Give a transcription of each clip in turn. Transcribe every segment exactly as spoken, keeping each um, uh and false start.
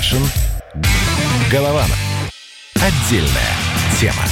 Кашин, Голованов. Отдельная тема.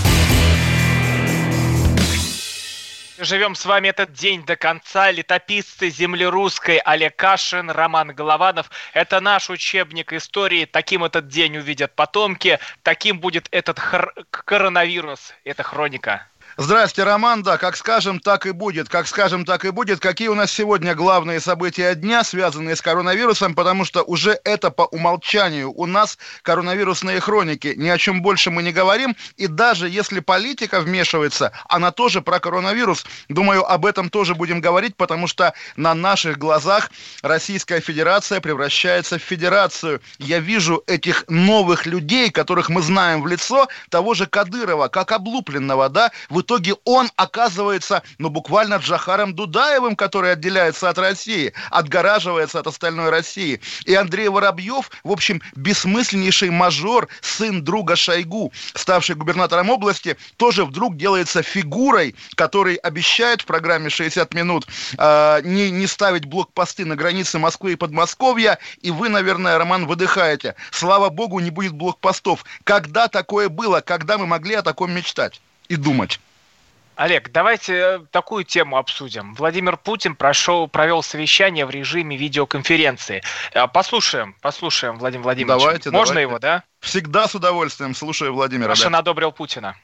Живем с вами этот день до конца. Летописцы земли русской Олег Кашин, Роман Голованов. Это наш учебник истории. Таким этот день увидят потомки. Таким будет этот хр- коронавирус. Это хроника. Здрасте, Роман. Да, как скажем, так и будет. Как скажем, так и будет. Какие у нас сегодня главные события дня, связанные с коронавирусом, потому что уже это по умолчанию у нас коронавирусные хроники. Ни о чем больше мы не говорим. И даже если политика вмешивается, она тоже про коронавирус. Думаю, об этом тоже будем говорить, потому что на наших глазах Российская Федерация превращается в федерацию. Я вижу этих новых людей, которых мы знаем в лицо, того же Кадырова, как облупленного, да, в В итоге он оказывается, ну, буквально Джохаром Дудаевым, который отделяется от России, отгораживается от остальной России. И Андрей Воробьев, в общем, бессмысленнейший мажор, сын друга Шойгу, ставший губернатором области, тоже вдруг делается фигурой, который обещает в программе шестьдесят минут э, не, не ставить блокпосты на границе Москвы и Подмосковья. И вы, наверное, Роман, выдыхаете. Слава богу, не будет блокпостов. Когда такое было? Когда мы могли о таком мечтать и думать? Олег, давайте такую тему обсудим. Владимир Путин прошел, провел совещание в режиме видеоконференции. Послушаем, послушаем Владимир Владимирович. Давайте, Можно давайте. его, да? Всегда с удовольствием слушаю Владимира. Машин одобрил Путина.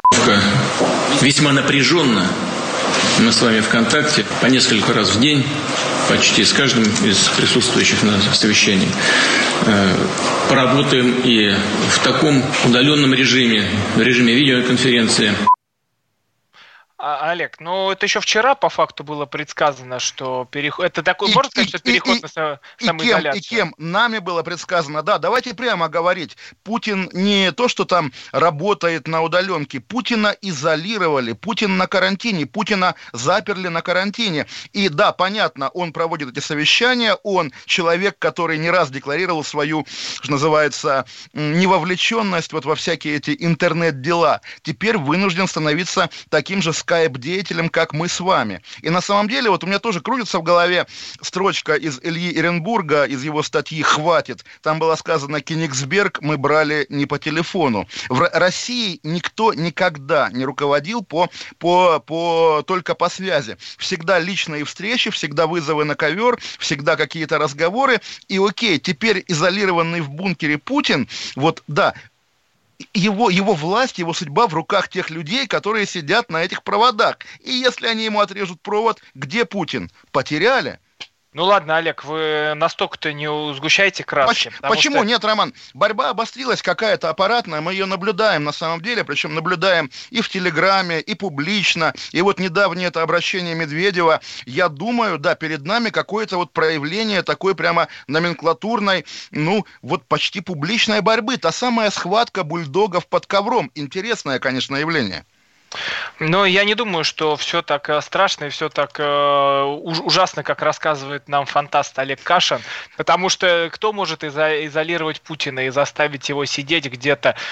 Весьма напряженно. Мы с вами в контакте по несколько раз в день, почти с каждым из присутствующих на совещании. Поработаем и в таком удаленном режиме, в режиме видеоконференции. А, Олег, ну это еще вчера по факту было предсказано, что переход... Это такой, и, можно сказать, и, что переход и, на со... и самоизоляцию? И кем? И кем? Нами было предсказано. Да, давайте прямо говорить. Путин не то, что там работает на удаленке. Путина изолировали. Путин на карантине. Путина заперли на карантине. И да, понятно, он проводит эти совещания. Он человек, который не раз декларировал свою, что называется, невовлеченность вот во всякие эти интернет-дела. Теперь вынужден становиться таким же скайп-деятелем, как мы с вами. И на самом деле, вот у меня тоже крутится в голове строчка из Ильи Эренбурга, из его статьи «Хватит». Там было сказано: «Кенигсберг мы брали не по телефону». В России никто никогда не руководил по, по, по, только по связи. Всегда личные встречи, всегда вызовы на ковер, всегда какие-то разговоры. И окей, теперь изолированный в бункере Путин, вот да, Его, его власть, его судьба в руках тех людей, которые сидят на этих проводах. И если они ему отрежут провод, где Путин? Потеряли. Ну ладно, Олег, вы настолько-то не сгущайте краски. Почему? Что... Нет, Роман, борьба обострилась какая-то аппаратная, мы ее наблюдаем на самом деле, причем наблюдаем и в Телеграме, и публично, и вот недавнее это обращение Медведева, я думаю, да, перед нами какое-то вот проявление такой прямо номенклатурной, ну, вот почти публичной борьбы, та самая схватка бульдогов под ковром, интересное, конечно, явление. Но я не думаю, что все так страшно и все так э, ужасно, как рассказывает нам фантаст Олег Кашин, потому что кто может изо- изолировать Путина и заставить его сидеть где-то э,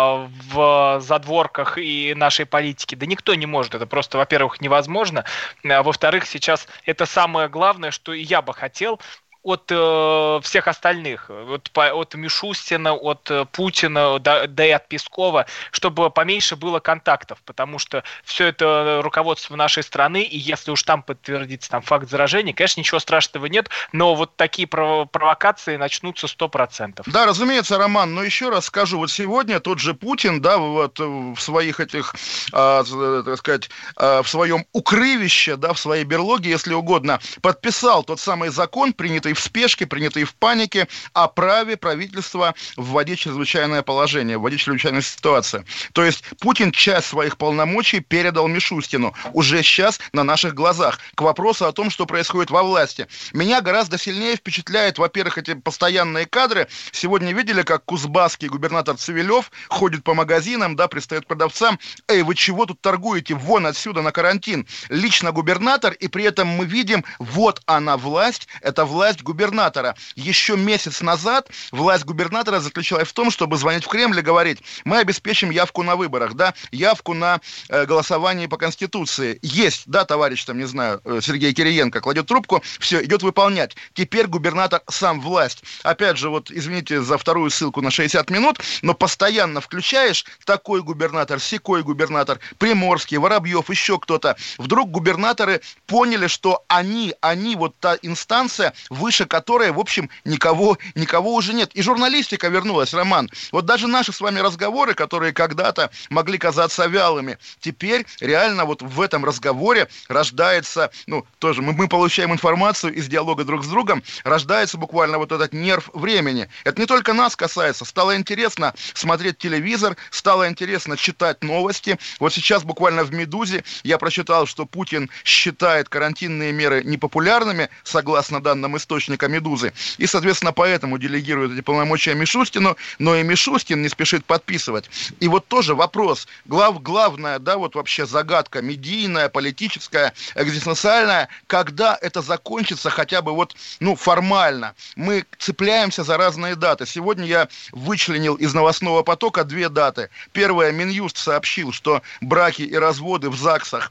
в задворках и нашей политики? Да никто не может, это просто, во-первых, невозможно, а во-вторых, сейчас это самое главное, что я бы хотел от э, всех остальных, от, от Мишустина, от э, Путина, да, да и от Пескова, чтобы поменьше было контактов, потому что все это руководство нашей страны, и если уж там подтвердится там, факт заражения, конечно, ничего страшного нет, но вот такие пров- провокации начнутся сто процентов. Да, разумеется, Роман, но еще раз скажу, вот сегодня тот же Путин, да, вот в своих этих, э, так сказать, э, в своем укрывище, да, в своей берлоге, если угодно, подписал тот самый закон, принятый в спешке, принятые в панике, о праве правительства вводить чрезвычайное положение, вводить чрезвычайную ситуацию. То есть Путин часть своих полномочий передал Мишустину уже сейчас на наших глазах. К вопросу о том, что происходит во власти. Меня гораздо сильнее впечатляет, во-первых, эти постоянные кадры. Сегодня видели, как кузбасский губернатор Цивилев ходит по магазинам, да, пристает к продавцам: «Эй, вы чего тут торгуете? Вон отсюда на карантин». Лично губернатор, и при этом мы видим, вот она власть, это власть губернатора. Еще месяц назад власть губернатора заключалась в том, чтобы звонить в Кремль и говорить: мы обеспечим явку на выборах, да, явку на э, голосование по Конституции. Есть, да, товарищ, там, не знаю, Сергей Кириенко кладет трубку, все, идет выполнять. Теперь губернатор сам власть. Опять же, вот, извините за вторую ссылку на шестьдесят минут, но постоянно включаешь такой губернатор, сякой губернатор, Приморский, Воробьев, еще кто-то. Вдруг губернаторы поняли, что они, они вот та инстанция, выше которой, в общем, никого, никого уже нет. И журналистика вернулась, Роман. Вот даже наши с вами разговоры, которые когда-то могли казаться вялыми, теперь реально вот в этом разговоре рождается, ну, тоже мы, мы получаем информацию из диалога друг с другом, рождается буквально вот этот нерв времени. Это не только нас касается. Стало интересно смотреть телевизор, стало интересно читать новости. Вот сейчас буквально в «Медузе» я прочитал, что Путин считает карантинные меры непопулярными, согласно данным источника «Медузы», и, соответственно, поэтому делегирует эти полномочия Мишустину, но и Мишустин не спешит подписывать. И вот тоже вопрос, глав, главная, да, вот вообще загадка медийная, политическая, экзистенциальная, когда это закончится хотя бы вот, ну, формально. Мы цепляемся за разные даты. Сегодня я вычленил из новостного потока две даты. Первая, Минюст сообщил, что браки и разводы в ЗАГСах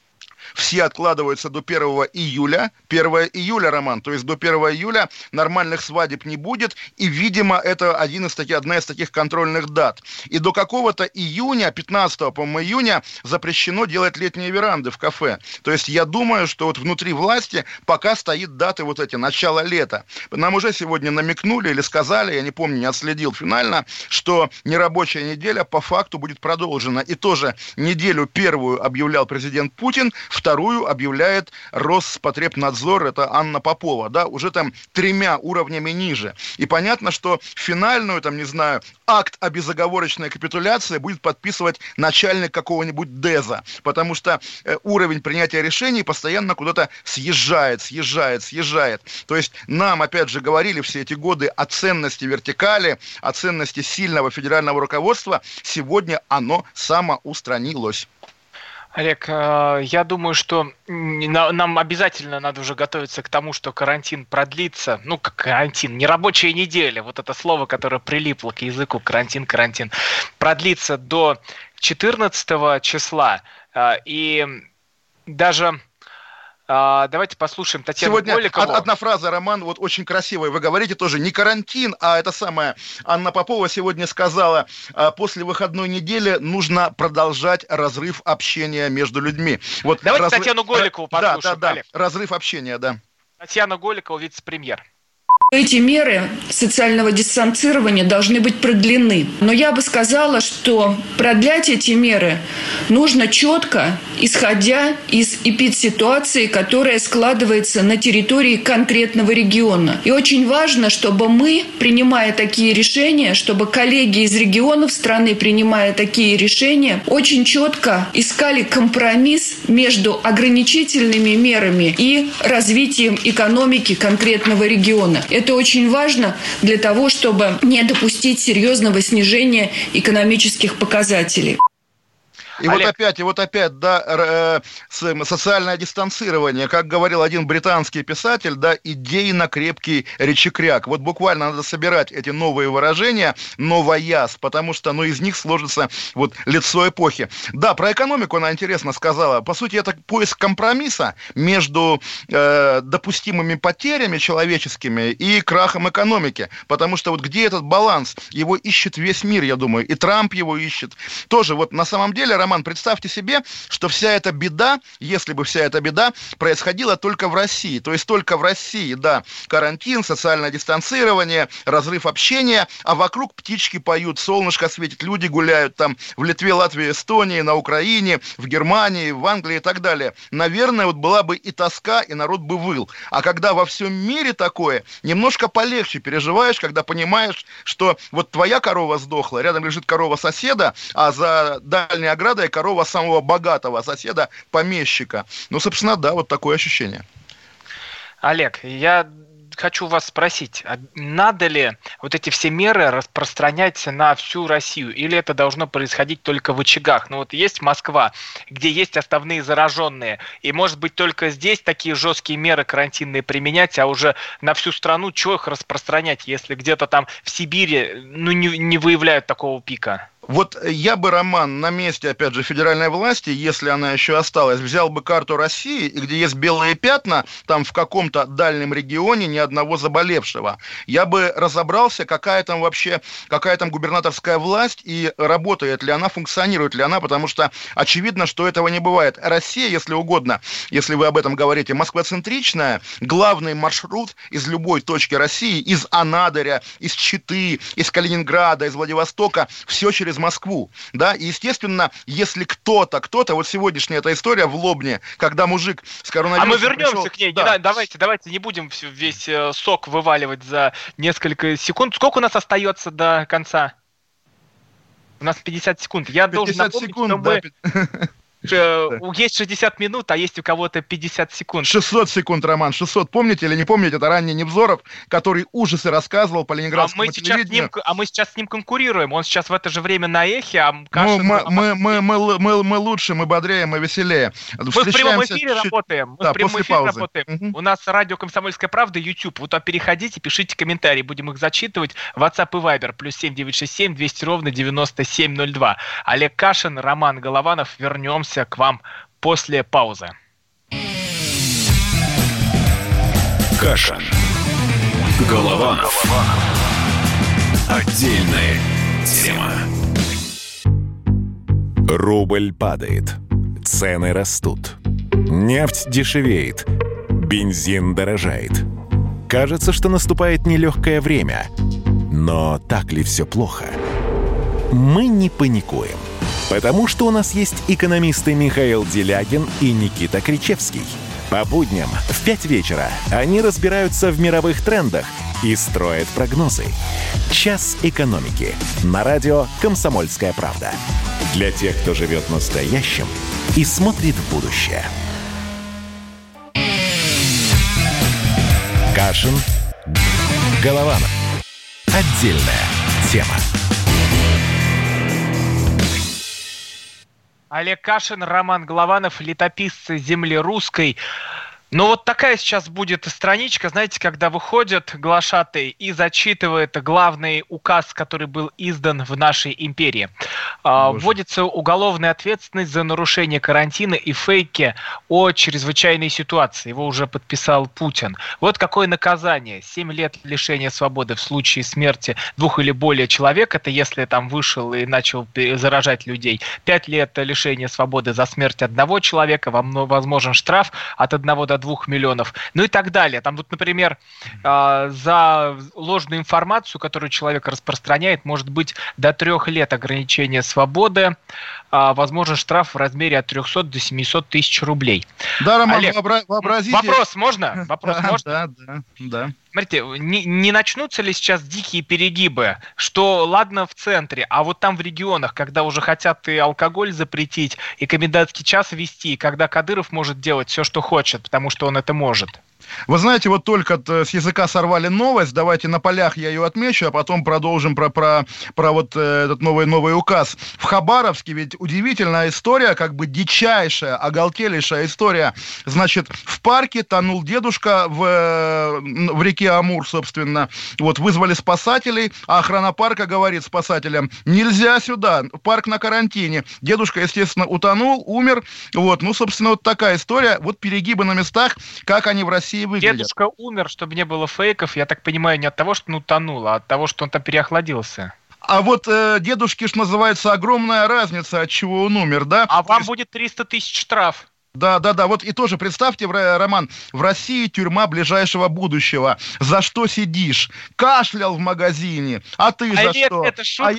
все откладываются до первого июля. первого июля, Роман, то есть до первого июля нормальных свадеб не будет. И, видимо, это один из таких, одна из таких контрольных дат. И до какого-то июня, пятнадцатого, по-моему, июня, запрещено делать летние веранды в кафе. То есть я думаю, что вот внутри власти пока стоит даты вот эти, начало лета. Нам уже сегодня намекнули или сказали, я не помню, не отследил финально, что нерабочая неделя по факту будет продолжена. И тоже неделю первую объявлял президент Путин, вторую объявляет Роспотребнадзор, это Анна Попова, да, уже там тремя уровнями ниже. И понятно, что финальную, там, не знаю, акт о безоговорочной капитуляции будет подписывать начальник какого-нибудь ДЭЗа, потому что э, уровень принятия решений постоянно куда-то съезжает, съезжает, съезжает. То есть нам, опять же, говорили все эти годы о ценности вертикали, о ценности сильного федерального руководства. Сегодня оно самоустранилось. Олег, я думаю, что нам обязательно надо уже готовиться к тому, что карантин продлится. Ну, как карантин, не рабочая неделя. Вот это слово, которое прилипло к языку, карантин, карантин, продлится до четырнадцатого числа. И даже... Давайте послушаем Татьяну Сегодня Голикову. Одна фраза, Роман, вот очень красивая. Вы говорите тоже не карантин, а это самое. Анна Попова сегодня сказала, после выходной недели нужно продолжать разрыв общения между людьми. Вот Давайте разрыв... Татьяну Голикову послушаем. Да, да, да. Олег. Разрыв общения, да. Татьяна Голикова, вице-премьер. Эти меры социального дистанцирования должны быть продлены. Но я бы сказала, что продлять эти меры нужно четко, исходя из эпидситуации, которая складывается на территории конкретного региона. И очень важно, чтобы мы, принимая такие решения, чтобы коллеги из регионов страны, принимая такие решения, очень четко искали компромисс между ограничительными мерами и развитием экономики конкретного региона. Это очень важно для того, чтобы не допустить серьезного снижения экономических показателей. И Олег. вот опять, и вот опять, да, социальное дистанцирование, как говорил один британский писатель, да, идейно крепкий речекряк. Вот буквально надо собирать эти новые выражения, новояз, потому что, ну, из них сложится вот лицо эпохи. Да, про экономику она интересно сказала. По сути, это поиск компромисса между э, допустимыми потерями человеческими и крахом экономики. Потому что вот где этот баланс? Его ищет весь мир, я думаю, и Трамп его ищет. Тоже вот на самом деле, Роман, представьте себе, что вся эта беда, если бы вся эта беда происходила только в России, то есть только в России, да, карантин, социальное дистанцирование, разрыв общения, а вокруг птички поют, солнышко светит, люди гуляют там в Литве, Латвии, Эстонии, на Украине, в Германии, в Англии и так далее. Наверное, вот была бы и тоска, и народ бы выл. А когда во всем мире такое, немножко полегче переживаешь, когда понимаешь, что вот твоя корова сдохла, рядом лежит корова соседа, а за дальней оградой корова самого богатого соседа, помещика. Ну, собственно, да, вот такое ощущение. Олег, я хочу вас спросить, а надо ли вот эти все меры распространять на всю Россию, или это должно происходить только в очагах? Ну вот есть Москва, где есть основные зараженные, и может быть только здесь такие жесткие меры карантинные применять, а уже на всю страну что их распространять, если где-то там в Сибири ну, не, не выявляют такого пика? Вот я бы, Роман, на месте, опять же, федеральной власти, если она еще осталась, взял бы карту России, и где есть белые пятна, там в каком-то дальнем регионе ни одного заболевшего. Я бы разобрался, какая там вообще, какая там губернаторская власть, и работает ли она, функционирует ли она, потому что очевидно, что этого не бывает. Россия, если угодно, если вы об этом говорите, москвоцентричная, главный маршрут из любой точки России, из Анадыря, из Читы, из Калининграда, из Владивостока, все через Москву, да, и, естественно, если кто-то, кто-то, вот сегодняшняя эта история в Лобне, когда мужик с коронавирусом... А мы вернемся пришел... к ней, да. не, давайте, давайте не будем весь сок вываливать за несколько секунд. Сколько у нас остается до конца? У нас пятьдесят секунд. Я должен напомнить, секунд, что мы... Да. Есть шестьдесят минут, а есть у кого-то пятьдесят секунд. шестьсот секунд, Роман, шестьсот. Помните или не помните, это ранний Невзоров, который ужасы рассказывал по ленинградскому а мы телевидению. Ним, а мы сейчас с ним конкурируем. Он сейчас в это же время на эхе, а Кашин... Ну, мы, мы, мы, мы, мы, мы лучше, мы бодрее, мы веселее. Мы в прямом эфире чуть... работаем. Мы да, в прямом эфире паузы. работаем. Угу. У нас радио «Комсомольская правда», YouTube. Вот переходите, пишите комментарии, будем их зачитывать. WhatsApp и Viber. Плюс семь девятьсот шестьдесят семь двести ровно девяносто семь ноль два. Олег Кашин, Роман Голованов. Вернемся к вам после паузы. Кашин. Голованов. Отдельная тема. Рубль падает. Цены растут. Нефть дешевеет. Бензин дорожает. Кажется, что наступает нелегкое время. Но так ли все плохо? Мы не паникуем. Потому что у нас есть экономисты Михаил Делягин и Никита Кричевский. По будням в пять вечера они разбираются в мировых трендах и строят прогнозы. «Час экономики» на радио «Комсомольская правда». Для тех, кто живет настоящим и смотрит в будущее. Кашин, Голованов. Отдельная тема. Олег Кашин, Роман Голованов, летописцы земли русской. Ну вот такая сейчас будет страничка, знаете, когда выходит глашатай и зачитывает главный указ, который был издан в нашей империи. Боже. Вводится уголовная ответственность за нарушение карантина и фейки о чрезвычайной ситуации. Его уже подписал Путин. Вот какое наказание. семь лет лишения свободы в случае смерти двух или более человек. Это если там вышел и начал заражать людей. пять лет лишения свободы за смерть одного человека. Возможен штраф от одного до двух миллионов, ну и так далее. Там вот, например, э, за ложную информацию, которую человек распространяет, может быть до трех лет ограничения свободы, э, возможен штраф в размере от трехсот до семисот тысяч рублей. Да, Роман, Олег, вообразите... Вопрос можно? Вопрос да, можно? Да, да, да. Смотрите, не, не начнутся ли сейчас дикие перегибы, что ладно в центре, а вот там в регионах, когда уже хотят и алкоголь запретить, и комендантский час ввести, и когда Кадыров может делать все, что хочет, потому что он это может? Вы знаете, вот только с языка сорвали новость, давайте на полях я ее отмечу, а потом продолжим про, про, про вот этот новый, новый указ. В Хабаровске ведь удивительная история, как бы дичайшая, оголтелейшая история. Значит, в парке тонул дедушка в, в реке Амур, собственно. Вот вызвали спасателей, а охрана парка говорит спасателям: нельзя сюда, парк на карантине. Дедушка, естественно, утонул, умер. Вот, ну, собственно, вот такая история. Вот перегибы на местах, как они в России выглядят. Дедушка умер, чтобы не было фейков, я так понимаю, не от того, что он утонул, а от того, что он там переохладился. А вот э, дедушки ж называется огромная разница, от чего он умер, да? А вам будет триста тысяч штраф. Да, да, да. Вот и тоже представьте, Роман, в России тюрьма ближайшего будущего. За что сидишь? Кашлял в магазине. А ты а за нет, что? Это шутка. А я...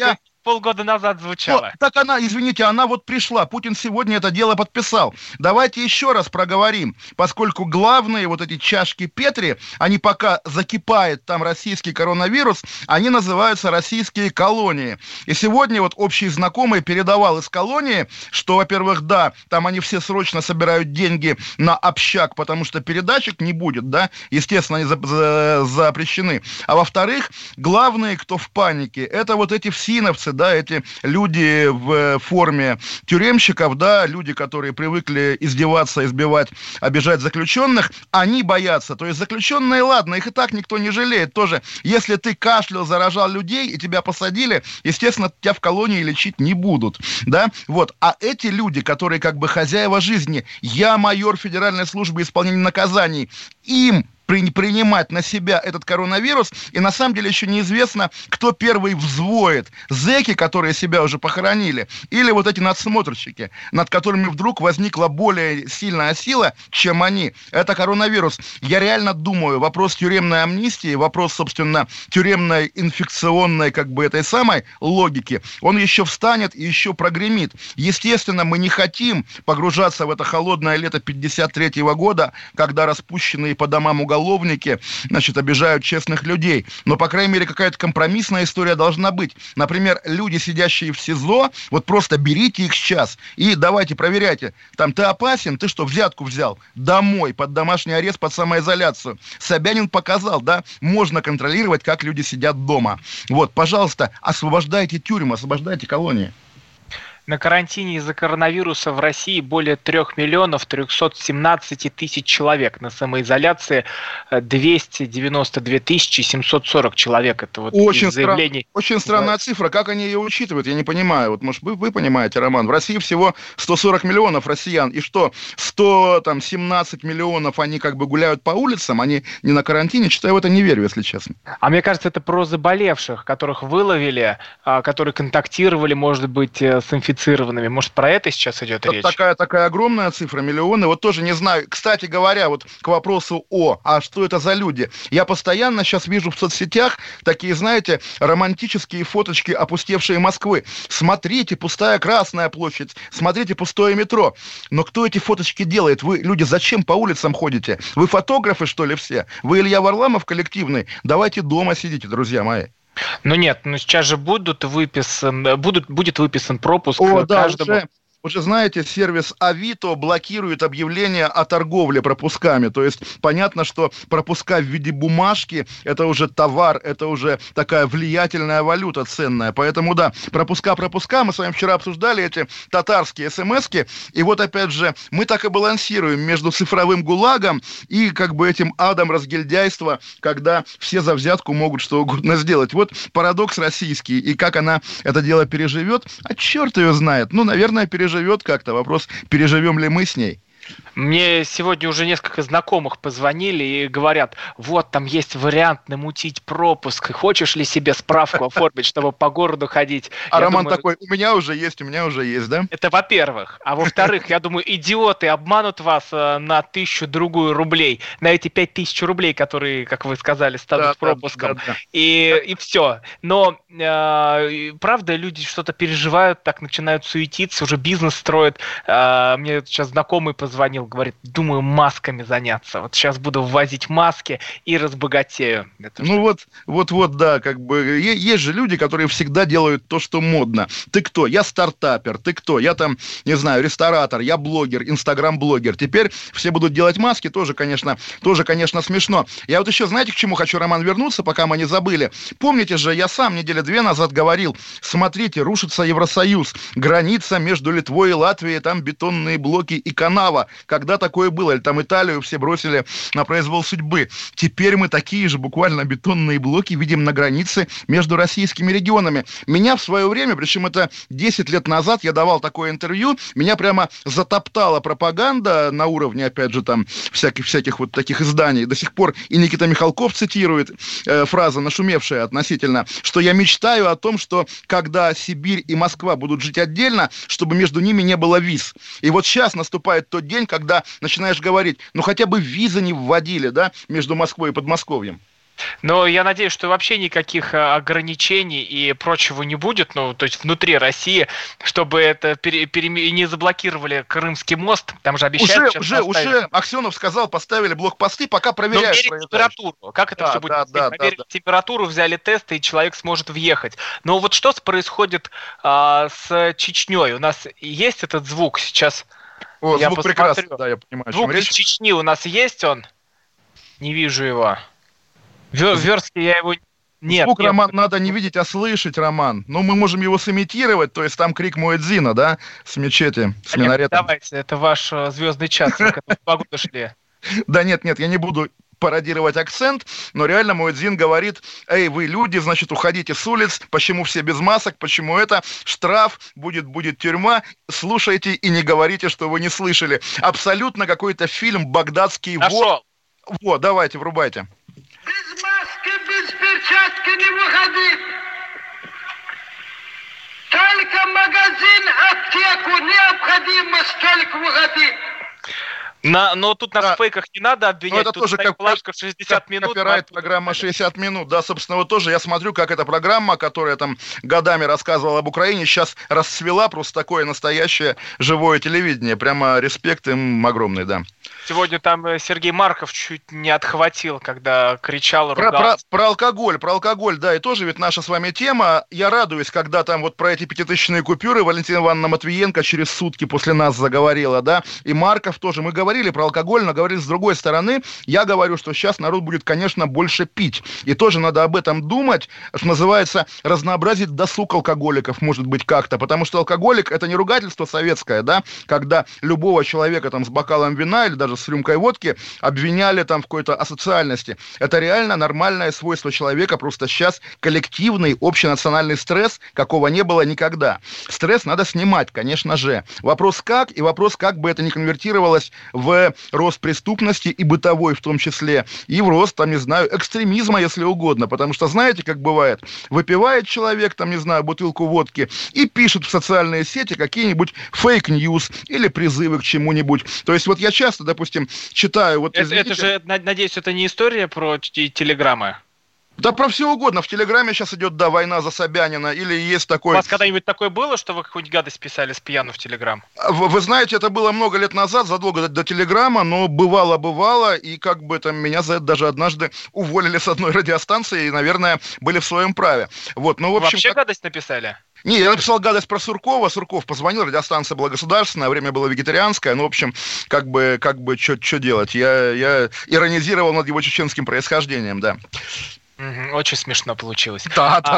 полгода назад звучала. О, так она, извините, она вот пришла. Путин сегодня это дело подписал. Давайте еще раз проговорим, поскольку главные вот эти чашки Петри, они пока закипает там российский коронавирус, они называются российские колонии. И сегодня вот общий знакомый передавал из колонии, что, во-первых, да, там они все срочно собирают деньги на общак, потому что передачек не будет, да, естественно, они за- за- запрещены. А во-вторых, главные, кто в панике, это вот эти всиновцы, да, эти люди в форме тюремщиков, да, люди, которые привыкли издеваться, избивать, обижать заключенных, они боятся. То есть заключенные, ладно, их и так никто не жалеет тоже. Если ты кашлял, заражал людей и тебя посадили, естественно, тебя в колонии лечить не будут, да, вот. А эти люди, которые как бы хозяева жизни, я майор Федеральной службы исполнения наказаний, им при, принимать на себя этот коронавирус, и на самом деле еще неизвестно, кто первый взвоет. Зэки, которые себя уже похоронили, или вот эти надсмотрщики, над которыми вдруг возникла более сильная сила, чем они. Это коронавирус. Я реально думаю, вопрос тюремной амнистии, вопрос, собственно, тюремной инфекционной, как бы этой самой логики, он еще встанет и еще прогремит. Естественно, мы не хотим погружаться в это холодное лето пятьдесят третьего года, когда распущенные по домам уголовники уголовники, значит, обижают честных людей. Но, по крайней мере, какая-то компромиссная история должна быть. Например, люди, сидящие в СИЗО, вот просто берите их сейчас и давайте, проверяйте. Там, ты опасен, ты что, взятку взял? Домой, под домашний арест, под самоизоляцию. Собянин показал, да, можно контролировать, как люди сидят дома. Вот, пожалуйста, освобождайте тюрьмы, освобождайте колонии. На карантине из-за коронавируса в России более трех миллионов трехсот семнадцати тысяч человек. На самоизоляции двести девяносто две тысячи семьсот сорок человек. Это вот очень из заявлений. Стра- очень странная цифра. Как они ее учитывают, я не понимаю. Вот, может, вы, вы понимаете, Роман. В России всего сто сорок миллионов россиян. И что, сто семнадцать миллионов они как бы гуляют по улицам, они не на карантине? Что-то я в это не верю, если честно. А мне кажется, это про заболевших, которых выловили, которые контактировали, может быть, с инфицированными. Может, про это сейчас идет речь? Такая, такая огромная цифра, миллионы. Вот тоже не знаю. Кстати говоря, вот к вопросу о, а что это за люди? Я постоянно сейчас вижу в соцсетях такие, знаете, романтические фоточки опустевшей Москвы. Смотрите, пустая Красная площадь. Смотрите, пустое метро. Но кто эти фоточки делает? Вы, люди, зачем по улицам ходите? Вы фотографы, что ли, все? Вы Илья Варламов коллективный? Давайте дома сидите, друзья мои. Ну нет, ну сейчас же будут выписан, будут, будет выписан пропуск О, каждому. Да, уже, уже, знаете, сервис Авито блокирует объявления о торговле пропусками. То есть понятно, что пропуска в виде бумажки – это уже товар, это уже такая влиятельная валюта ценная. Поэтому, да, пропуска-пропуска. Мы с вами вчера обсуждали эти татарские смс-ки. И вот, опять же, мы так и балансируем между цифровым ГУЛАГом и как бы этим адом разгильдяйства, когда все за взятку могут что угодно сделать. Вот парадокс российский. И как она это дело переживет, а черт ее знает. Ну, наверное, переживет. Живет как-то. Вопрос, переживем ли мы с ней. Мне сегодня уже несколько знакомых позвонили и говорят, вот там есть вариант намутить пропуск, хочешь ли себе справку оформить, чтобы по городу ходить? А я Роман думаю, такой, у меня уже есть, у меня уже есть, да? Это во-первых. А во-вторых, я думаю, идиоты обманут вас на тысячу-другую рублей, на эти пять тысяч рублей, которые, как вы сказали, станут да, пропуском. Да, да, да. И, и все. Но, э, правда, люди что-то переживают, так начинают суетиться, уже бизнес строят. Э, мне сейчас знакомый позвонил, звонил, говорит, думаю, масками заняться. Вот сейчас буду ввозить маски и разбогатею. Это ну вот, вот, вот, да, как бы есть же люди, которые всегда делают то, что модно. Ты кто? Я стартапер. Ты кто? Я там, не знаю, ресторатор, я блогер, инстаграм-блогер. Теперь все будут делать маски, тоже, конечно, тоже, конечно, смешно. Я вот еще, знаете, к чему хочу, Роман, вернуться, пока мы не забыли. Помните же, я сам недели две назад говорил, смотрите, рушится Евросоюз, граница между Литвой и Латвией, там бетонные блоки и канава. Когда такое было? Или там Италию все бросили на произвол судьбы. Теперь мы такие же буквально бетонные блоки видим на границе между российскими регионами. Меня в свое время, причем это десять лет назад, я давал такое интервью, меня прямо затоптала пропаганда на уровне, опять же, там, всяких, всяких вот таких изданий. До сих пор и Никита Михалков цитирует э, фразу, нашумевшая относительно, что я мечтаю о том, что когда Сибирь и Москва будут жить отдельно, чтобы между ними не было виз. И вот сейчас наступает тот день, когда начинаешь говорить, ну хотя бы визы не вводили, да, между Москвой и Подмосковьем. Но я надеюсь, что вообще никаких ограничений и прочего не будет, ну, то есть внутри России, чтобы это пере, пере, не заблокировали Крымский мост, там же обещают... Уже, уже, уже Аксенов сказал, поставили блокпосты, пока проверяют. Но мерить температуру, как это да, все будет? Да, да, Проверили да, да. температуру, взяли тесты, и человек сможет въехать. Но вот что происходит а, с Чечней? У нас есть этот звук сейчас? О, я звук посмотрю. Прекрасный, да, я понимаю, звук из Чечни у нас есть он? Не вижу его. В верстке я его... Нет, звук, нет. Роман, надо не видеть, а слышать, Роман. Ну, мы можем его сымитировать, то есть там крик Муэдзина, да, с мечети, с минаретом. Давайте, это ваш uh, звездный час, мы к этому два года шли. Да нет, нет, я не буду пародировать акцент, но реально Муэдзин говорит: эй, вы люди, значит, уходите с улиц, почему все без масок, почему это, штраф, будет, будет тюрьма, слушайте и не говорите, что вы не слышали. Абсолютно какой-то фильм «Багдадский вор». Вот, давайте, врубайте. Без маски, без перчатки не выходи. Только магазин, аптеку необходимо столько выходи. На, но тут нас да. в фейках не надо обвинять. Это тут тоже как плашка шестьдесят минут. Копирайт программа шестьдесят минут. Да, собственно, вот тоже я смотрю, как эта программа, которая там годами рассказывала об Украине, сейчас расцвела, просто такое настоящее живое телевидение. Прямо респект им огромный, да. Сегодня там Сергей Марков чуть не отхватил, когда кричал, ругался. Про, про, про алкоголь, про алкоголь, да, и тоже ведь наша с вами тема. Я радуюсь, когда там вот про эти пятитысячные купюры Валентина Ивановна Матвиенко через сутки после нас заговорила, да, и Марков тоже. Мы говорили про алкоголь, но говорили с другой стороны. Я говорю, что сейчас народ будет, конечно, больше пить. И тоже надо об этом думать, что называется, разнообразить досуг алкоголиков, может быть, как-то. Потому что алкоголик — это не ругательство советское, да, когда любого человека там с бокалом вина или даже с рюмкой водки обвиняли там в какой-то асоциальности. Это реально нормальное свойство человека, просто сейчас коллективный общенациональный стресс, какого не было никогда. Стресс надо снимать, конечно же. Вопрос как, и вопрос, как бы это ни конвертировалось в рост преступности и бытовой в том числе, и в рост, там, не знаю, экстремизма, если угодно. Потому что, знаете, как бывает, выпивает человек, там, не знаю, бутылку водки и пишет в социальные сети какие-нибудь фейк-ньюс или призывы к чему-нибудь. То есть вот я часто, допустим, читаю... Вот, это, это же, надеюсь, это не история про телеграммы? Да про все угодно. В Телеграме сейчас идет, да, война за Собянина, или есть такой... У вас когда-нибудь такое было, что вы какую-нибудь гадость писали с пьяну в Телеграм? Вы, вы знаете, это было много лет назад, задолго до, до Телеграма, но бывало-бывало, и как бы там меня за это даже однажды уволили с одной радиостанции, и, наверное, были в своем праве. Вот, ну, в общем, вообще как... гадость написали? Не, я написал гадость про Суркова. Сурков позвонил, радиостанция была государственная, время было вегетарианское. Ну, в общем, как бы, как бы, что делать? Я, я иронизировал над его чеченским происхождением, да. Очень смешно получилось. Да, да, а,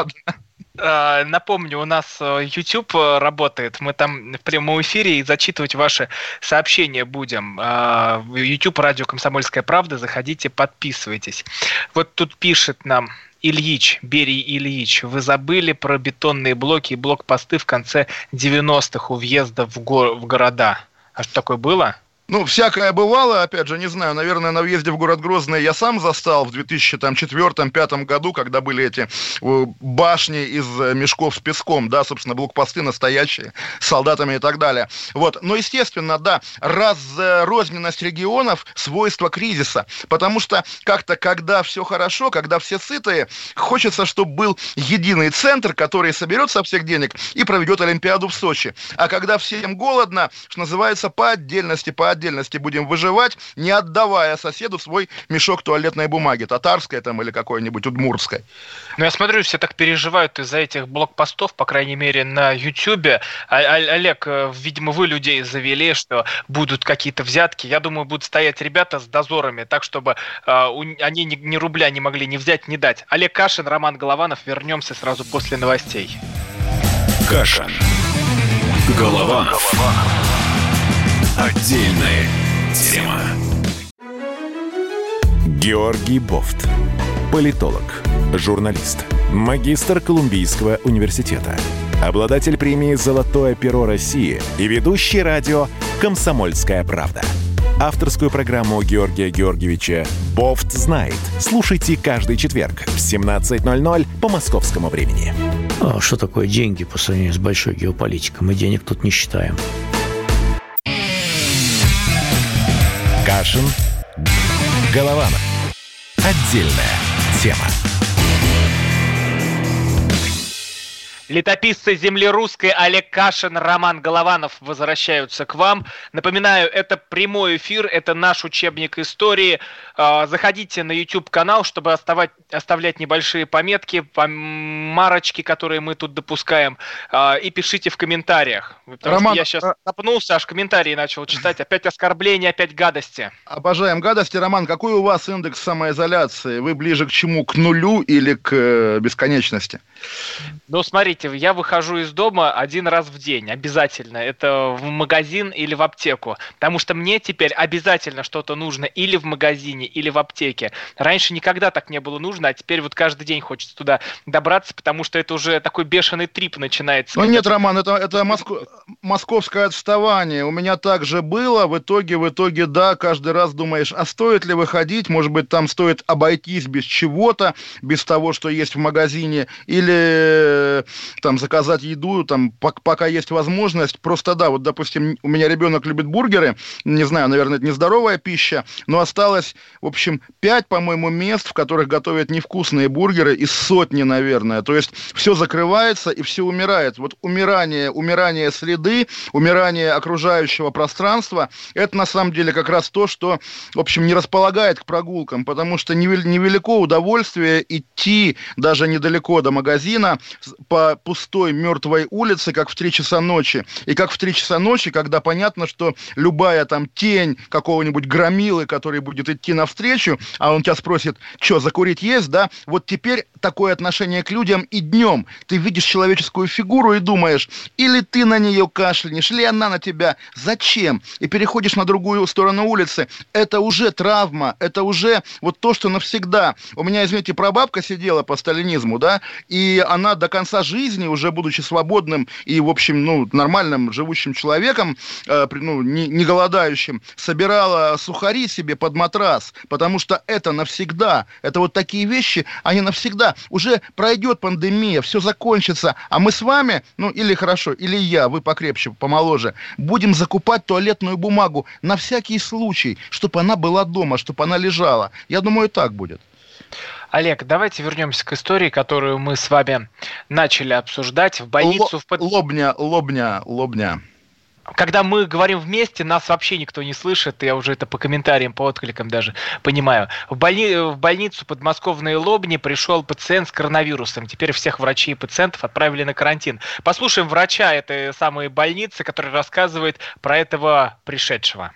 да. Напомню, у нас YouTube работает. Мы там в прямом эфире и зачитывать ваши сообщения будем. YouTube, радио «Комсомольская правда». Заходите, подписывайтесь. Вот тут пишет нам Ильич, Берий Ильич, вы забыли про бетонные блоки и блокпосты в конце девяностых у въезда в, го- в города. А что такое было? Ну, всякое бывало, опять же, не знаю, наверное, на въезде в город Грозный я сам застал в две тысячи четвёртом-пятом году, когда были эти башни из мешков с песком, да, собственно, блокпосты настоящие, с солдатами и так далее. Вот, но, естественно, да, разрозненность регионов – свойство кризиса, потому что как-то, когда все хорошо, когда все сытые, хочется, чтобы был единый центр, который соберет со всех денег и проведет Олимпиаду в Сочи. А когда всем голодно, что называется, по отдельности, по отдельности будем выживать, не отдавая соседу свой мешок туалетной бумаги, татарской там или какой-нибудь удмуртской. Ну, я смотрю, все так переживают из-за этих блокпостов, по крайней мере, на Ютьюбе. А, Олег, видимо, вы людей завели, что будут какие-то взятки. Я думаю, будут стоять ребята с дозорами, так, чтобы а, у, они ни, ни рубля не могли ни взять, ни дать. Олег Кашин, Роман Голованов. Вернемся сразу после новостей. Кашин. Голованов. Отдельная тема. Георгий Бофт. Политолог, журналист, магистр Колумбийского университета, обладатель премии «Золотое перо России» и ведущий радио «Комсомольская правда». Авторскую программу Георгия Георгиевича «Бофт знает». Слушайте каждый четверг в семнадцать ноль ноль по московскому времени. А что такое деньги по сравнению с большой геополитикой? Мы денег тут не считаем. Кашин, Голованов. Отдельная тема. Летописцы земли русской Олег Кашин, Роман Голованов возвращаются к вам. Напоминаю, это прямой эфир, это наш учебник истории. Заходите на YouTube-канал, чтобы оставать, оставлять небольшие пометки, помарочки, которые мы тут допускаем, и пишите в комментариях. Потому Роман, что я сейчас напнулся, аж комментарии начал читать. Опять оскорбления, опять гадости. Обожаем гадости. Роман, какой у вас индекс самоизоляции? Вы ближе к чему? К нулю или к бесконечности? Ну, смотрите, я выхожу из дома один раз в день, обязательно. Это в магазин или в аптеку. Потому что мне теперь обязательно что-то нужно или в магазине, или в аптеке. Раньше никогда так не было нужно, а теперь вот каждый день хочется туда добраться, потому что это уже такой бешеный трип начинается. Ну нет, Роман, это, это моско... московское отставание. У меня так же было. В итоге, в итоге, да, каждый раз думаешь, а стоит ли выходить? Может быть, там стоит обойтись без чего-то, без того, что есть в магазине, или там заказать еду, там, пока есть возможность. Просто да, вот, допустим, у меня ребенок любит бургеры, не знаю, наверное, это нездоровая пища, но осталось, в общем, пять, по-моему, мест, в которых готовят невкусные бургеры, из сотни, наверное. То есть все закрывается и все умирает. Вот умирание, умирание среды, умирание окружающего пространства, это на самом деле как раз то, что, в общем, не располагает к прогулкам, потому что невелико удовольствие идти даже недалеко до магазина, по пустой мертвой улице, как в три часа ночи. И как в три часа ночи, когда понятно, что любая там тень какого-нибудь громилы, который будет идти навстречу, а он тебя спросит, что, закурить есть, да? Вот теперь такое отношение к людям и днем. Ты видишь человеческую фигуру и думаешь, или ты на нее кашлянешь, или она на тебя. Зачем? И переходишь на другую сторону улицы. Это уже травма, это уже вот то, что навсегда. У меня, извините, прабабка сидела по сталинизму, да, и она до конца жизни, уже будучи свободным и, в общем, ну, нормальным живущим человеком, э, ну, не, не голодающим, собирала сухари себе под матрас, потому что это навсегда. Это вот такие вещи, они навсегда. Уже пройдет пандемия, все закончится, а мы с вами, ну, или хорошо, или я, вы покрепче, помоложе, будем закупать туалетную бумагу на всякий случай, чтобы она была дома, чтобы она лежала. Я думаю, так будет. Олег, давайте вернемся к истории, которую мы с вами начали обсуждать. В больницу... Л- в под... Лобня, Лобня, Лобня. Когда мы говорим вместе, нас вообще никто не слышит, я уже это по комментариям, по откликам даже понимаю. В, больни... в больницу подмосковной Лобни пришел пациент с коронавирусом. Теперь всех врачей и пациентов отправили на карантин. Послушаем врача этой самой больницы, который рассказывает про этого пришедшего.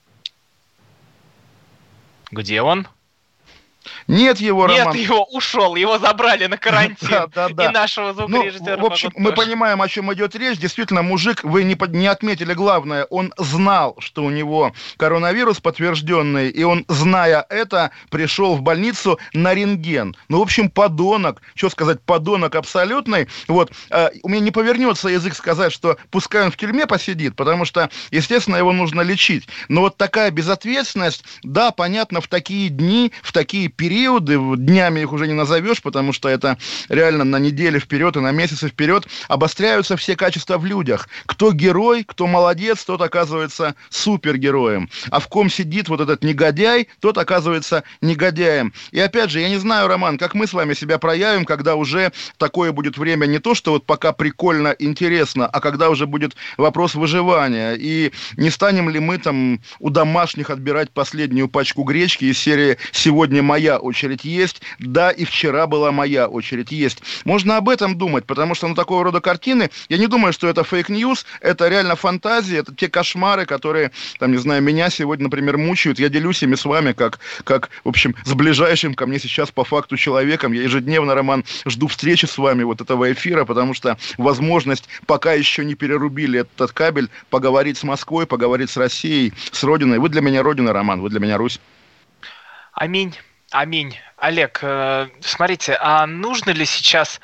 Где он? Нет его, Нет Роман. Нет его, ушел, его забрали на карантин. Да, да, да. И нашего звукорежиссера. Ну, в общем, мы понимаем, о чем идет речь. Действительно, мужик, вы не, не отметили главное, он знал, что у него коронавирус подтвержденный, и он, зная это, пришел в больницу на рентген. Ну, в общем, подонок, что сказать, подонок абсолютный. Вот, э, у меня не повернется язык сказать, что пускай он в тюрьме посидит, потому что, естественно, его нужно лечить. Но вот такая безответственность, да, понятно, в такие дни, в такие периоды, днями их уже не назовешь, потому что это реально на недели вперед и на месяцы вперед, обостряются все качества в людях. Кто герой, кто молодец, тот оказывается супергероем. А в ком сидит вот этот негодяй, тот оказывается негодяем. И опять же, я не знаю, Роман, как мы с вами себя проявим, когда уже такое будет время не то, что вот пока прикольно, интересно, а когда уже будет вопрос выживания. И не станем ли мы там у домашних отбирать последнюю пачку гречки из серии «Сегодня моя очередь есть», да, и вчера была моя очередь есть. Можно об этом думать, потому что, ну, такого рода картины, я не думаю, что это фейк-ньюс, это реально фантазии, это те кошмары, которые, там, не знаю, меня сегодня, например, мучают, я делюсь ими с вами, как, как, в общем, с ближайшим ко мне сейчас по факту человеком. Я ежедневно, Роман, жду встречи с вами вот этого эфира, потому что возможность, пока еще не перерубили этот кабель, поговорить с Москвой, поговорить с Россией, с Родиной. Вы для меня Родина, Роман, вы для меня Русь. Аминь. Аминь. Олег, э, смотрите, а нужно ли сейчас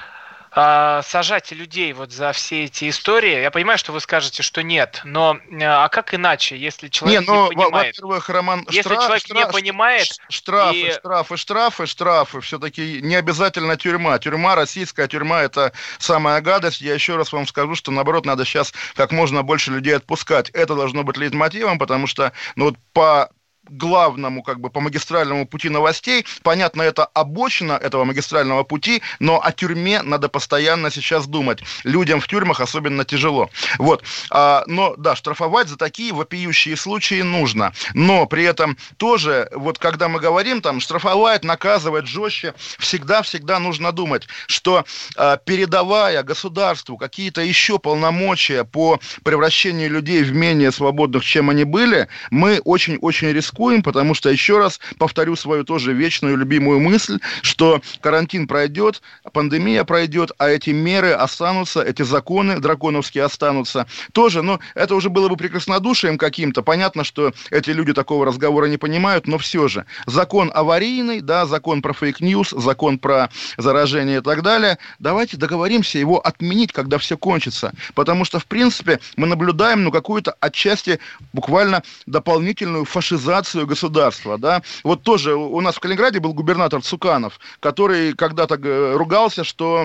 э, сажать людей вот за все эти истории? Я понимаю, что вы скажете, что нет, но э, а как иначе, если человек не, ну, не понимает? Во-первых, Роман, если штраф, человек штраф, не понимает... Штрафы, и... штрафы, штрафы, штрафы, все-таки не обязательно тюрьма. Тюрьма, российская тюрьма, это самая гадость. Я еще раз вам скажу, что, наоборот, надо сейчас как можно больше людей отпускать. Это должно быть лейтмотивом, потому что, ну, вот по... главному, как бы, по магистральному пути новостей. Понятно, это обочина этого магистрального пути, но о тюрьме надо постоянно сейчас думать. Людям в тюрьмах особенно тяжело. Вот. А, но, да, штрафовать за такие вопиющие случаи нужно. Но при этом тоже, вот когда мы говорим, там, штрафовать, наказывать жестче, всегда-всегда нужно думать, что а, передавая государству какие-то еще полномочия по превращению людей в менее свободных, чем они были, мы очень-очень рискуем, потому что, еще раз повторю свою тоже вечную любимую мысль, что карантин пройдет, пандемия пройдет, а эти меры останутся, эти законы драконовские останутся. Тоже, ну, это уже было бы прекраснодушием каким-то. Понятно, что эти люди такого разговора не понимают, но все же. Закон аварийный, да, закон про фейк-ньюс, закон про заражение и так далее. Давайте договоримся его отменить, когда все кончится. Потому что, в принципе, мы наблюдаем, ну, какую-то отчасти буквально дополнительную фашизацию государства, да. Вот тоже у нас в Калининграде был губернатор Цуканов, который когда-то ругался, что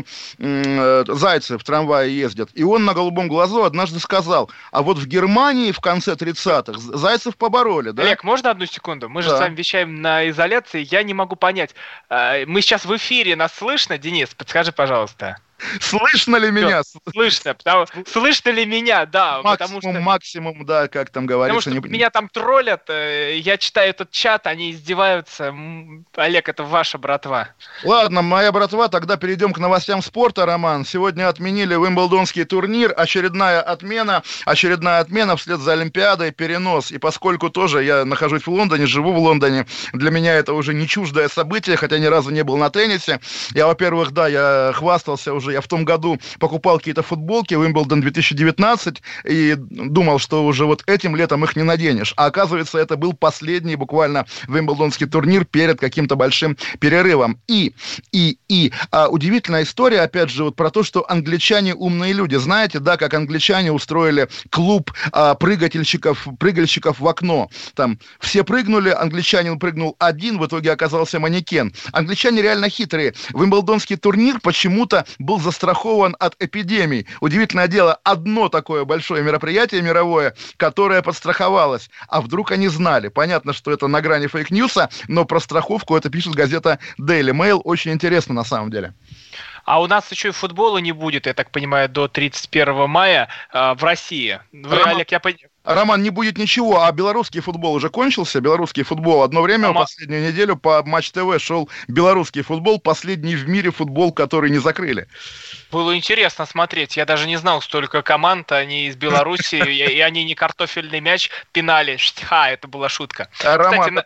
э, зайцы в трамвае ездят. И он на голубом глазу однажды сказал, а вот в Германии в конце тридцатых зайцев побороли, да? Олег, можно одну секунду? Мы же да. с вами вещаем на изоляции, я не могу понять. Мы сейчас в эфире, нас слышно? Денис, подскажи, пожалуйста. Слышно ли меня? Слышно, потому, слышно ли меня, да. Максимум, потому что, максимум, да, как там говорится. Потому что не... меня там троллят, я читаю этот чат, они издеваются. Олег, это ваша братва. Ладно, моя братва, тогда перейдем к новостям спорта, Роман. Сегодня отменили Уимблдонский турнир, очередная отмена, очередная отмена вслед за Олимпиадой, перенос. И поскольку тоже я нахожусь в Лондоне, живу в Лондоне, для меня это уже не чуждое событие, хотя ни разу не был на теннисе. Я, во-первых, да, я хвастался уже, я в том году покупал какие-то футболки Уимблдон две тысячи девятнадцать и думал, что уже вот этим летом их не наденешь. А оказывается, это был последний буквально Уимблдонский турнир перед каким-то большим перерывом. И, и, и а, удивительная история, опять же, вот про то, что англичане умные люди. Знаете, да, как англичане устроили клуб а, прыгательщиков, прыгальщиков в окно. Там все прыгнули, англичанин прыгнул один, в итоге оказался манекен. Англичане реально хитрые. Уимблдонский турнир почему-то был застрахован от эпидемий. Удивительное дело, одно такое большое мероприятие мировое, которое подстраховалось. А вдруг они знали? Понятно, что это на грани фейк-ньюса, но про страховку это пишет газета Daily Mail. Очень интересно на самом деле. А у нас еще и футбола не будет, я так понимаю, до тридцать первого мая э, в России. Вы, Роман, Олег, я понимаю... Роман, не будет ничего, а белорусский футбол уже кончился. Белорусский футбол. Одно время, Рома... последнюю неделю по Матч ТВ шел белорусский футбол, последний в мире футбол, который не закрыли. Было интересно смотреть. Я даже не знал, столько команд, они из Беларуси, и они не картофельный мяч пинали. Ха, это была шутка. Роман,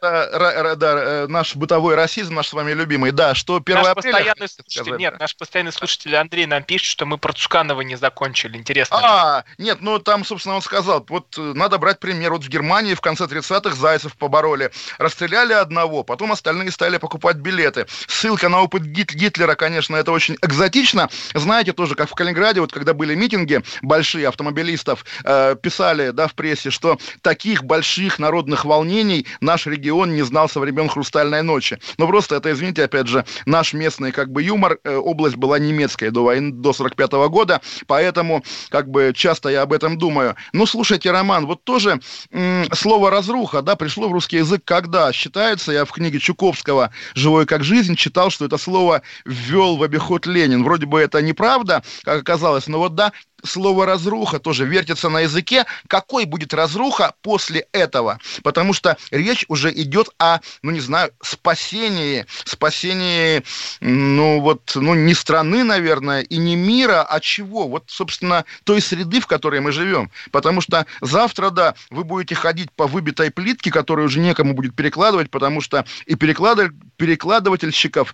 это наш бытовой расизм, наш с вами любимый. Да, что первое апреля... Нет, наш постоянный слушатель Андрей нам пишет, что мы про Цуканова не закончили. Интересно. А, нет, ну там, собственно, он сказал, вот надо брать пример. Вот в Германии в конце тридцатых зайцев побороли. Расстреляли одного, потом остальные стали покупать билеты. Ссылка на опыт Гит- Гитлера, конечно, это очень экзотично. Знаете, тоже, как в Калининграде, вот когда были митинги большие автомобилистов, э, писали, да, в прессе, что таких больших народных волнений наш регион не знал со времен «Хрустальной ночи». Ну, просто это, извините, опять же, наш местный, как бы, юмор. Э, область была немецкая до войны, до сорок пятого года, поэтому, как бы, часто я об этом думаю. Ну, слушайте, Роман, вот тоже м- слово «разруха», да, пришло в русский язык когда? Считается, я в книге Чуковского «Живой как жизнь» читал, что это слово ввел в обиход Ленин. Вроде бы это неправда, как оказалось, но вот да, слово «разруха» тоже вертится на языке. Какой будет разруха после этого? Потому что речь уже идет о, ну, не знаю, спасении, спасении, ну, вот, ну, не страны, наверное, и не мира, а чего? Вот, собственно, той среды, в которой мы живем. Потому что завтра, да, вы будете ходить по выбитой плитке, которую уже некому будет перекладывать, потому что и переклад... перекладывательщиков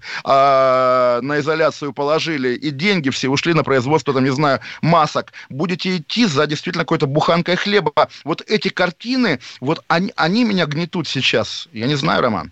а, на изоляцию положили, и деньги все ушли на производство, там, не знаю, масс. Будете идти за действительно какой-то буханкой хлеба. Вот эти картины, вот они, они меня гнетут сейчас. Я не знаю, Роман.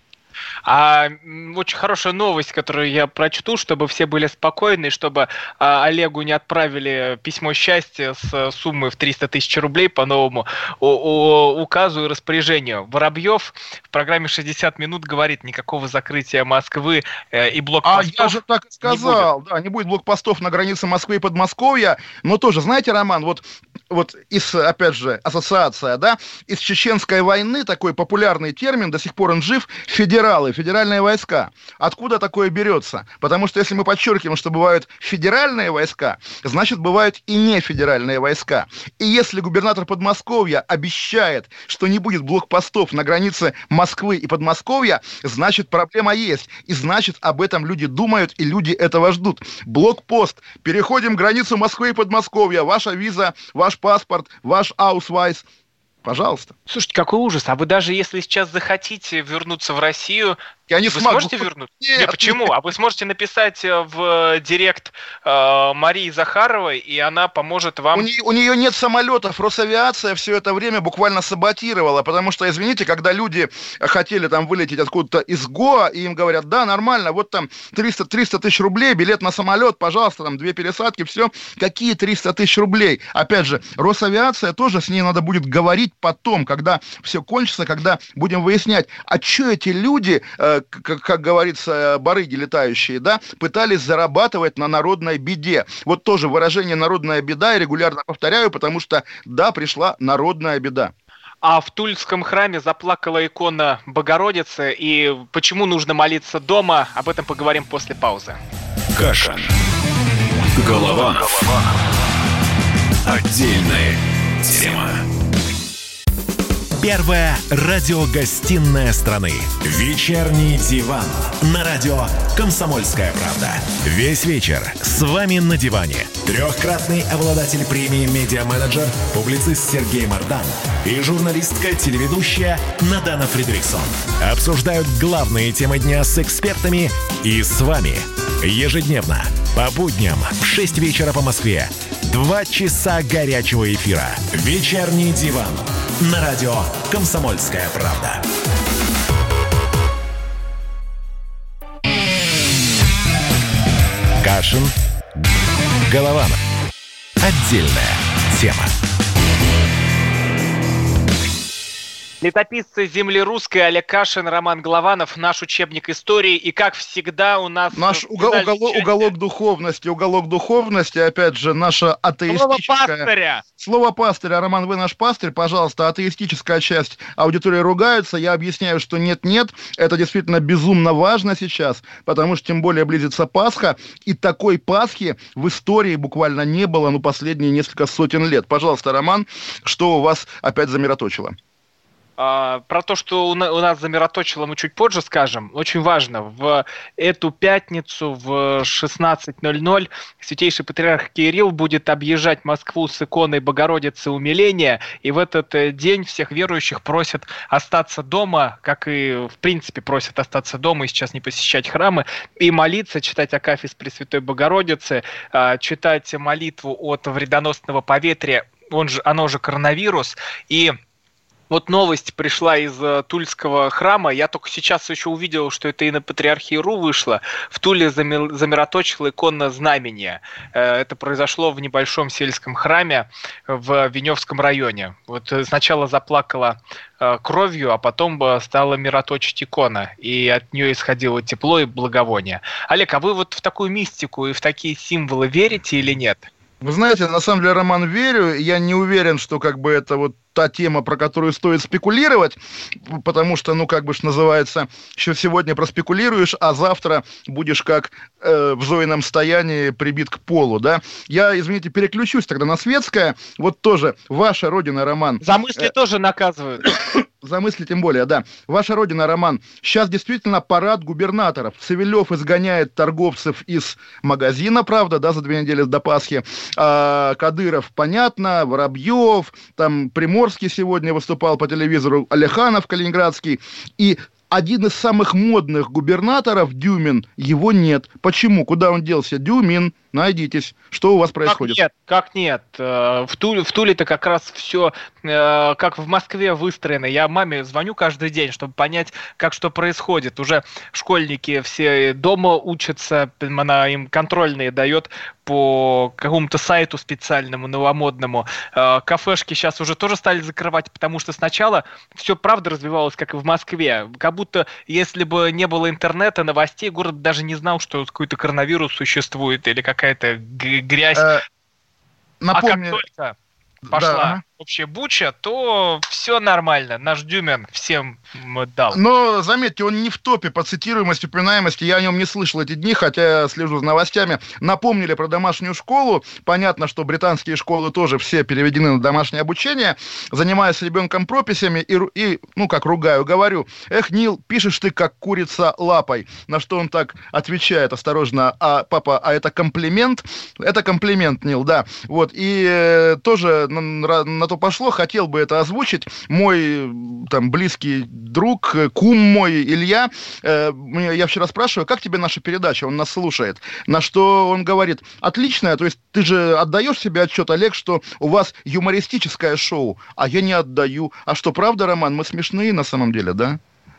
А очень хорошая новость, которую я прочту, чтобы все были спокойны, чтобы а, Олегу не отправили письмо счастья с суммой в триста тысяч рублей по новому о, о, указу и распоряжению. Воробьев в программе шестьдесят минут говорит, никакого закрытия Москвы э, и блокпостов. А я же так и сказал, не да, не будет блокпостов на границе Москвы и Подмосковья, но тоже, знаете, Роман, вот вот из, опять же, ассоциация, да, из чеченской войны такой популярный термин, до сих пор он жив, федералы, федеральные войска. Откуда такое берется? Потому что если мы подчеркиваем, что бывают федеральные войска, значит, бывают и нефедеральные войска. И если губернатор Подмосковья обещает, что не будет блокпостов на границе Москвы и Подмосковья, значит, проблема есть. И значит, об этом люди думают, и люди этого ждут. Блокпост. Переходим границу Москвы и Подмосковья. Ваша виза, ваш паспорт, ваш аусвайс. Пожалуйста. Слушайте, какой ужас. А вы даже если сейчас захотите вернуться в Россию, Я не вы смогу. сможете вернуться? Нет, Нет, почему? нет. А вы сможете написать в директ э, Марии Захаровой, и она поможет вам... У нее, у нее нет самолетов, Росавиация все это время буквально саботировала, потому что, извините, когда люди хотели там вылететь откуда-то из Гоа, и им говорят, да, нормально, вот там триста тысяч рублей, билет на самолет, пожалуйста, там две пересадки, все. Какие триста тысяч рублей? Опять же, Росавиация тоже, с ней надо будет говорить потом, когда все кончится, когда будем выяснять, а что эти люди, э, как, как говорится, барыги летающие, да, пытались зарабатывать на народной беде. Вот тоже выражение «народная беда» я регулярно повторяю, потому что, да, пришла народная беда. А в Тульском храме заплакала икона Богородицы, и почему нужно молиться дома, об этом поговорим после паузы. Кашин. Голованов. Отдельная тема. Первая радиогостинная страны. Вечерний диван. На радио «Комсомольская правда». Весь вечер с вами на диване. Трехкратный обладатель премии «Медиа-менеджер», публицист Сергей Мардан и журналистка-телеведущая Надана Фридриксон обсуждают главные темы дня с экспертами и с вами. Ежедневно, по будням в шесть вечера по Москве. Два часа горячего эфира. Вечерний диван. На радио «Комсомольская правда». Кашин. Голованов. Отдельная тема. Летописцы земли русской Олег Кашин, Роман Голованов, наш учебник истории. И как всегда у нас... Наш уго- уголок, уголок духовности, уголок духовности, опять же, наша атеистическая... Слово пастыря! Слово пастыря. Роман, вы наш пастырь, пожалуйста, атеистическая часть аудитории ругаются. Я объясняю, что нет-нет, это действительно безумно важно сейчас, потому что тем более близится Пасха, и такой Пасхи в истории буквально не было, ну, последние несколько сотен лет. Пожалуйста, Роман, что у вас опять замироточило? Uh, про то, что у, на, у нас замироточило, мы чуть позже скажем. Очень важно, в эту пятницу в шестнадцать ноль ноль Святейший Патриарх Кирилл будет объезжать Москву с иконой Богородицы Умиления, и в этот день всех верующих просят остаться дома, как и в принципе просят остаться дома и сейчас не посещать храмы, и молиться, читать Акафист Пресвятой Богородицы, uh, читать молитву от вредоносного поветрия, он же, оно же коронавирус, и вот новость пришла из uh, Тульского храма. Я только сейчас еще увидел, что это и на Патриархии точка ру вышло. В Туле замир... замироточила икона знамения. Uh, это произошло в небольшом сельском храме в Веневском районе. Вот сначала заплакала uh, кровью, а потом uh, стала мироточить икона. И от нее исходило тепло и благовоние. Олег, а вы вот в такую мистику и в такие символы верите или нет? Вы знаете, на самом деле, Роман, верю. Я не уверен, что как бы это вот та тема, про которую стоит спекулировать, потому что, ну, как бы ж называется, еще сегодня проспекулируешь, а завтра будешь как э, в Зоином стоянии прибит к полу, да? Я, извините, переключусь тогда на светское. Вот тоже ваша родина, Роман. За мысли э... тоже наказывают. За мысли тем более, да. Ваша родина, Роман. Сейчас действительно парад губернаторов. Цивилев изгоняет торговцев из магазина, правда, да, за две недели до Пасхи. А Кадыров, понятно, Воробьев, там Приморский сегодня выступал по телевизору, Алеханов калининградский. И один из самых модных губернаторов, Дюмин, его нет. Почему? Куда он делся? Дюмин, найдитесь. Что у вас происходит? Как нет? Как нет? В Туле, в Туле-то как раз все как в Москве выстроено. Я маме звоню каждый день, чтобы понять, как что происходит. Уже школьники все дома учатся, она им контрольные дает по какому-то сайту специальному, новомодному. Кафешки сейчас уже тоже стали закрывать, потому что сначала все правда развивалось, как и в Москве. Как будто, если бы не было интернета, новостей, город даже не знал, что какой-то коронавирус существует или какая-то г- грязь. Э, напомню, а как только пошла Да. общая буча, то все нормально. Наш Дюмин всем дал. Но, заметьте, он не в топе по цитируемости, упоминаемости. Я о нем не слышал эти дни, хотя я слежу за новостями. Напомнили про домашнюю школу. Понятно, что британские школы тоже все переведены на домашнее обучение. Занимаюсь с ребенком прописями и, и, ну, как ругаю, говорю: эх, Нил, пишешь ты как курица лапой. На что он так отвечает осторожно: а, папа, а это комплимент? Это комплимент, Нил, да. Вот, и э, тоже на, на то пошло, хотел бы это озвучить. Мой там близкий друг, кум мой, Илья, э, я вчера спрашиваю, как тебе наша передача, он нас слушает, на что он говорит: отличная, то есть ты же отдаешь себе отчет, Олег, что у вас юмористическое шоу, а я не отдаю. А что, правда, Роман, мы смешные на самом деле, да?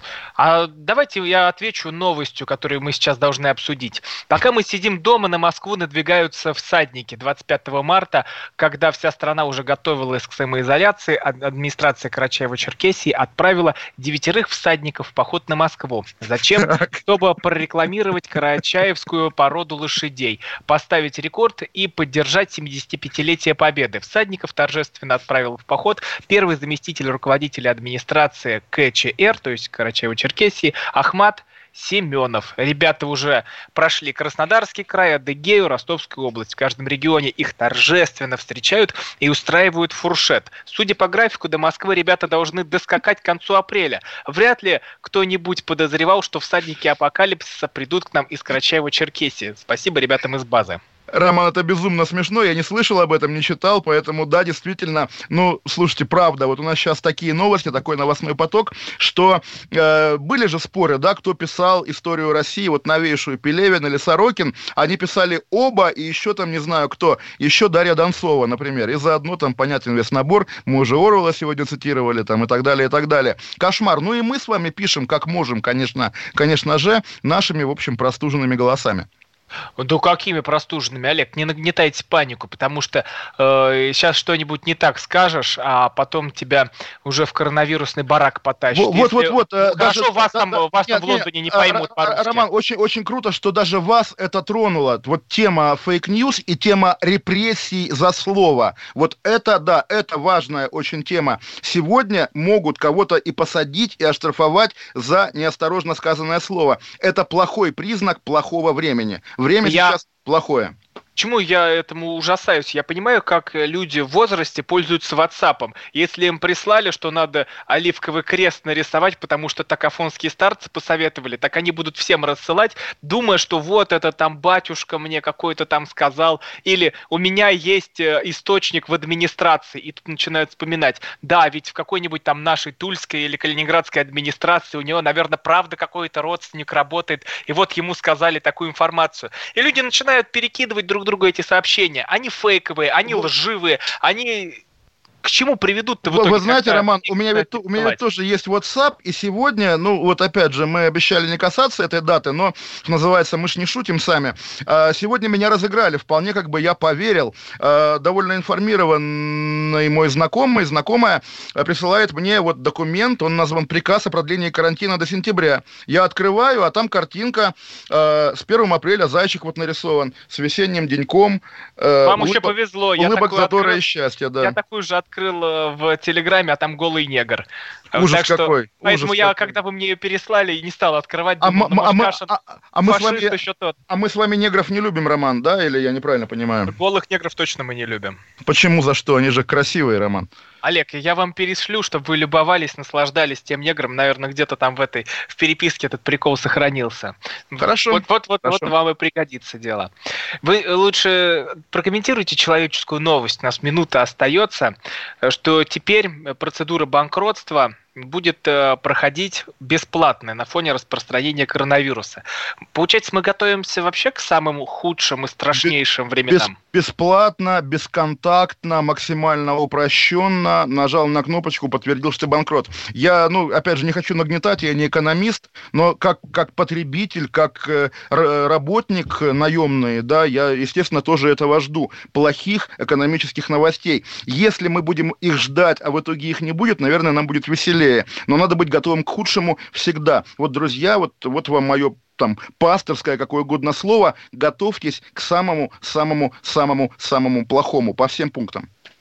А давайте я отвечу новостью, которую мы сейчас должны обсудить. Пока мы сидим дома, на Москву надвигаются всадники. двадцать пятого марта, когда вся страна уже готовилась к самоизоляции, администрация Карачаево-Черкесии отправила девятерых всадников в поход на Москву. Зачем? Чтобы прорекламировать карачаевскую породу лошадей, поставить рекорд и поддержать семидесятипятилетие Победы. Всадников торжественно отправил в поход первый заместитель руководителя администрации ка че эр, то есть Карачаево-Черкесии, Ахмат Семенов. Ребята уже прошли Краснодарский край, Адыгею, Ростовскую область. В каждом регионе их торжественно встречают и устраивают фуршет. Судя по графику, до Москвы ребята должны доскакать к концу апреля. Вряд ли кто-нибудь подозревал, что всадники апокалипсиса придут к нам из Карачаево-Черкесии. Спасибо ребятам из базы. Роман, это безумно смешно, я не слышал об этом, не читал, поэтому, да, действительно, ну, слушайте, правда, вот у нас сейчас такие новости, такой новостной поток, что э, были же споры, да, кто писал историю России, вот новейшую, Пелевин или Сорокин, они писали оба, и еще там, не знаю кто, еще Дарья Донцова, например, и заодно там понятен весь набор, мы уже Оруэлла сегодня цитировали, там, и так далее, и так далее. Кошмар. Ну и мы с вами пишем, как можем, конечно, конечно же, нашими, в общем, простуженными голосами. Да какими простуженными, Олег, не нагнетайте панику, потому что э, сейчас что-нибудь не так скажешь, а потом тебя уже в коронавирусный барак потащат. Вот, вот, вот. Хорошо, даже, вас, да, там, да, вас нет, там в Лондоне нет, не поймут а, по-русски. Роман, очень, очень круто, что даже вас это тронуло. Вот тема фейк-ньюс и тема репрессий за слово. Вот это, да, это важная очень тема. Сегодня могут кого-то и посадить, и оштрафовать за неосторожно сказанное слово. Это плохой признак плохого времени. Время Я... сейчас плохое. Почему я этому ужасаюсь? Я понимаю, как люди в возрасте пользуются WhatsApp. Если им прислали, что надо оливковый крест нарисовать, потому что так афонские старцы посоветовали, так они будут всем рассылать, думая, что вот это там батюшка мне какой-то там сказал, или у меня есть источник в администрации, и тут начинают вспоминать, да, ведь в какой-нибудь там нашей тульской или калининградской администрации у него, наверное, правда какой-то родственник работает, и вот ему сказали такую информацию. И люди начинают перекидывать друг другу эти сообщения. Они фейковые, они лживые, они... К чему приведут-то в итоге? Вы знаете, Роман, у меня, ведь, у меня ведь тоже есть WhatsApp, и сегодня, ну вот опять же, мы обещали не касаться этой даты, но, называется, мы ж не шутим сами. Сегодня меня разыграли, вполне как бы я поверил. Довольно информированный мой знакомый, знакомая присылает мне вот документ, он назван «Приказ о продлении карантина до сентября». Я открываю, а там картинка с первого апреля, зайчик вот нарисован, с весенним деньком. Вам улыбок, еще повезло. Улыбок, я задора открыл, и счастья, да. Я такую же открыл в Телеграме, а там голый негр. Ужас так что, какой. Поэтому ужас я, какой. когда вы мне ее переслали, не стал открывать, а, думал, м- ну, а, может, мы, а, а, мы с вами, еще тот. а мы с вами негров не любим, Роман, да? Или я неправильно понимаю? Голых негров точно мы не любим. Почему, за что? Они же красивые, Роман. Олег, я вам перешлю, чтобы вы любовались, наслаждались тем негром. Наверное, где-то там в этой в переписке этот прикол сохранился. Хорошо. Вот, вот, вот, Хорошо. вот вам и пригодится дело. Вы лучше прокомментируйте человеческую новость. У нас минута остается, что теперь процедура банкротства будет э, проходить бесплатно на фоне распространения коронавируса. Получается, мы готовимся вообще к самым худшим и страшнейшим временам. Бес, бесплатно, бесконтактно, максимально упрощенно. Нажал на кнопочку, подтвердил, что ты банкрот. Я, ну, опять же, не хочу нагнетать, я не экономист, но как, как потребитель, как э, работник наемный, да, я, естественно, тоже этого жду. Плохих экономических новостей. Если мы будем их ждать, а в итоге их не будет, наверное, нам будет веселее. Но надо быть готовым к худшему всегда. Вот, друзья, вот, вот вам мое там пасторское, какое угодно слово. Готовьтесь к самому-самому-самому-самому плохому по всем пунктам.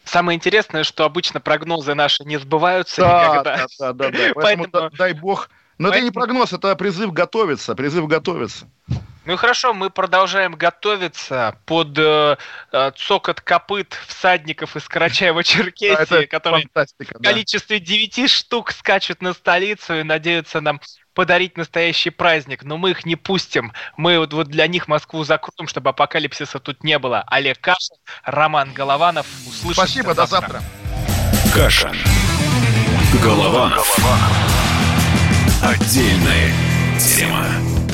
Самое интересное, что обычно прогнозы наши не сбываются да, никогда. Да, да, да, да. Поэтому, Поэтому... дай бог. Но Поэтому... это не прогноз, это призыв готовиться, призыв готовиться. Ну и хорошо, мы продолжаем готовиться под э, цокот копыт всадников из Карачаево-Черкесии, которые в количестве девяти штук скачут на столицу и надеются нам подарить настоящий праздник. Но мы их не пустим. Мы вот, вот для них Москву закроем, чтобы апокалипсиса тут не было. Олег Кашин, Роман Голованов. Услышимся Спасибо, завтра. До завтра. Кашин. Голованов. Отдельная тема.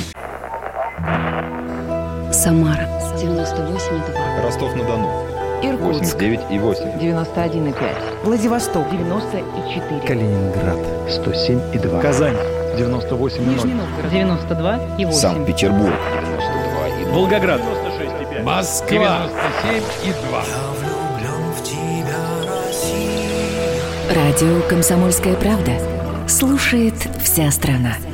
Самара девяносто восемь и два. Ростов-на-Дону Иркутск восемьдесят девять и восемь. девяносто один и пять. Владивосток девяносто и четыре. Калининград сто семь и два. Казань девяносто восемь и ноль. Нижний Новгород девяносто два и восемь. Санкт-Петербург девяносто два и ноль. Волгоград девяносто шесть и пять. Москва девяносто семь и два. Радио «Комсомольская правда» слушает вся страна.